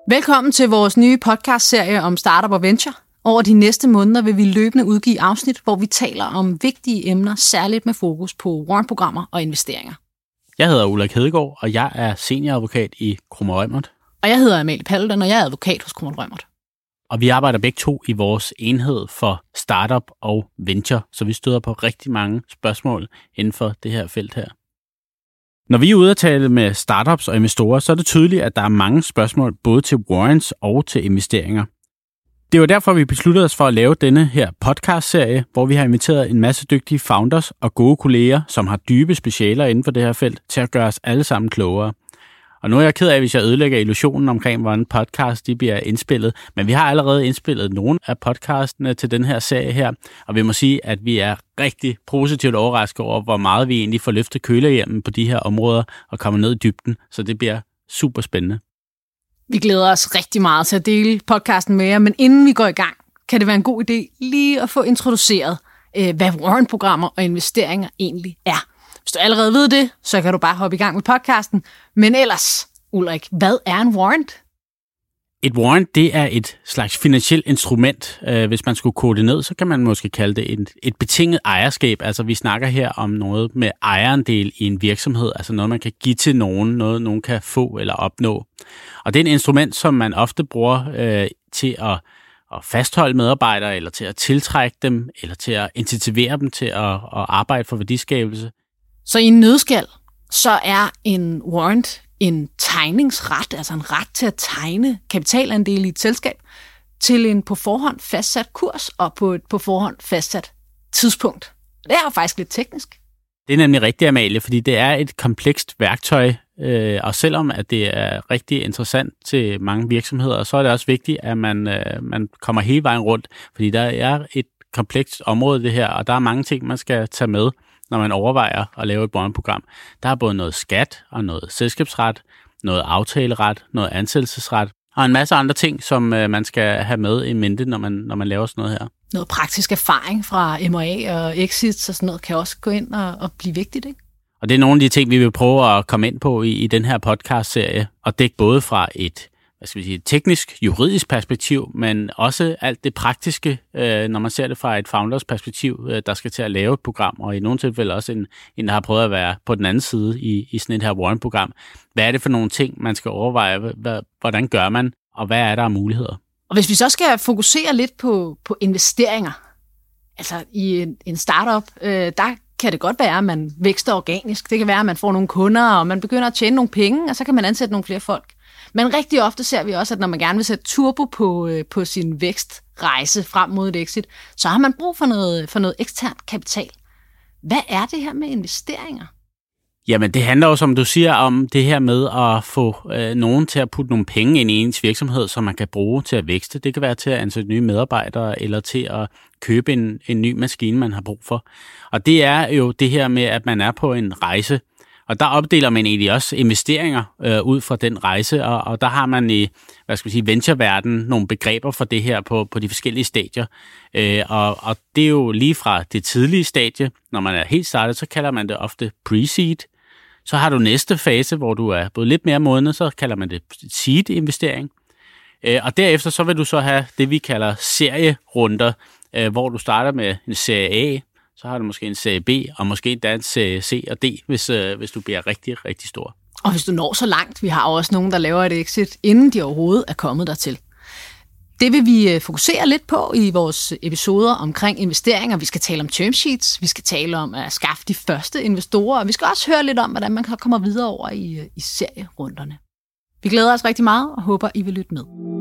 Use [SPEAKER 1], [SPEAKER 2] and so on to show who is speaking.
[SPEAKER 1] Velkommen til vores nye podcastserie om startup og venture. Over de næste måneder vil vi løbende udgive afsnit, hvor vi taler om vigtige emner, særligt med fokus på warrantprogrammer og investeringer.
[SPEAKER 2] Jeg hedder Ulrik Hedegaard, og jeg er senioradvokat i Kromann Reumert.
[SPEAKER 1] Og jeg hedder Amalie Paludan, og jeg er advokat hos Kromann Reumert.
[SPEAKER 2] Og vi arbejder begge to i vores enhed for startup og venture, så vi støder på rigtig mange spørgsmål inden for det her felt her. Når vi er ude at tale med startups og investorer, så er det tydeligt, at der er mange spørgsmål både til warrants og til investeringer. Det var derfor, vi besluttede os for at lave denne her podcast-serie, hvor vi har inviteret en masse dygtige founders og gode kolleger, som har dybe specialer inden for det her felt, til at gøre os alle sammen klogere. Og nu er jeg ked af, hvis jeg ødelægger illusionen omkring, hvordan podcast de bliver indspillet, men vi har allerede indspillet nogle af podcastene til den her serie her, og vi må sige, at vi er rigtig positivt overrasket over, hvor meget vi egentlig får løftet kølerhjemmen på de her områder og kommer ned i dybden, så det bliver super spændende.
[SPEAKER 1] Vi glæder os rigtig meget til at dele podcasten med jer, men inden vi går i gang, kan det være en god idé lige at få introduceret, hvad warrantprogrammer og investeringer egentlig er. Hvis du allerede ved det, så kan du bare hoppe i gang med podcasten. Men ellers, Ulrik, hvad er en warrant?
[SPEAKER 2] Et warrant, det er et slags finansielt instrument. Hvis man skulle kode det ned, så kan man måske kalde det et betinget ejerskab. Altså vi snakker her om noget med ejerandel i en virksomhed, altså noget man kan give til nogen, noget nogen kan få eller opnå. Og det er et instrument, som man ofte bruger til at fastholde medarbejdere, eller til at tiltrække dem, eller til at intensivere dem til at arbejde for værdiskabelse.
[SPEAKER 1] Så i en nødskal, så er en warrant en tegningsret, altså en ret til at tegne kapitalandele i et selskab, til en på forhånd fastsat kurs og på et på forhånd fastsat tidspunkt. Det er jo faktisk lidt teknisk.
[SPEAKER 2] Det er nemlig rigtigt, Amalie, fordi det er et komplekst værktøj, og selvom at det er rigtig interessant til mange virksomheder, så er det også vigtigt, at man kommer hele vejen rundt, fordi der er et komplekst område det her, og der er mange ting, man skal tage med, når man overvejer at lave et warrantprogram. Der er både noget skat og noget selskabsret, noget aftaleret, noget ansættelsesret og en masse andre ting, som man skal have med i mente, når man laver sådan noget her.
[SPEAKER 1] Noget praktisk erfaring fra M&A og exits og sådan noget kan også gå ind og blive vigtigt, ikke?
[SPEAKER 2] Og det er nogle af de ting, vi vil prøve at komme ind på i den her podcast-serie, og dække både fra et teknisk, juridisk perspektiv, men også alt det praktiske, når man ser det fra et founders perspektiv, der skal til at lave et program, og i nogle tilfælde også en der har prøvet at være på den anden side i sådan et her warrant-program. Hvad er det for nogle ting, man skal overveje? Hvordan gør man, og hvad er der af muligheder?
[SPEAKER 1] Og hvis vi så skal fokusere lidt på investeringer, altså i en startup, der kan det godt være, at man vækster organisk. Det kan være, at man får nogle kunder, og man begynder at tjene nogle penge, og så kan man ansætte nogle flere folk. Men rigtig ofte ser vi også, at når man gerne vil sætte turbo på sin vækstrejse frem mod et exit, så har man brug for noget ekstern kapital. Hvad er det her med investeringer?
[SPEAKER 2] Jamen, det handler jo, som du siger, om det her med at få nogen til at putte nogle penge ind i ens virksomhed, som man kan bruge til at vækste. Det kan være til at ansætte nye medarbejdere, eller til at købe en ny maskine, man har brug for. Og det er jo det her med, at man er på en rejse. Og der opdeler man egentlig også investeringer ud fra den rejse, og der har man i ventureverdenen nogle begreber for det her på de forskellige stadier. Og det er jo lige fra det tidlige stadie, når man er helt startet, så kalder man det ofte pre-seed. Så har du næste fase, hvor du er både lidt mere moden, så kalder man det seed-investering. Og derefter så vil du så have det, vi kalder serierunder, hvor du starter med en serie A, så har du måske en serie B, og måske endda en serie C og D, hvis du bliver rigtig, rigtig stor.
[SPEAKER 1] Og hvis du når så langt, vi har også nogen, der laver et exit, inden de overhovedet er kommet dertil. Det vil vi fokusere lidt på i vores episoder omkring investeringer. Vi skal tale om term sheets, vi skal tale om at skaffe de første investorer, og vi skal også høre lidt om, hvordan man kommer videre over i serierunderne. Vi glæder os rigtig meget og håber, I vil lytte med.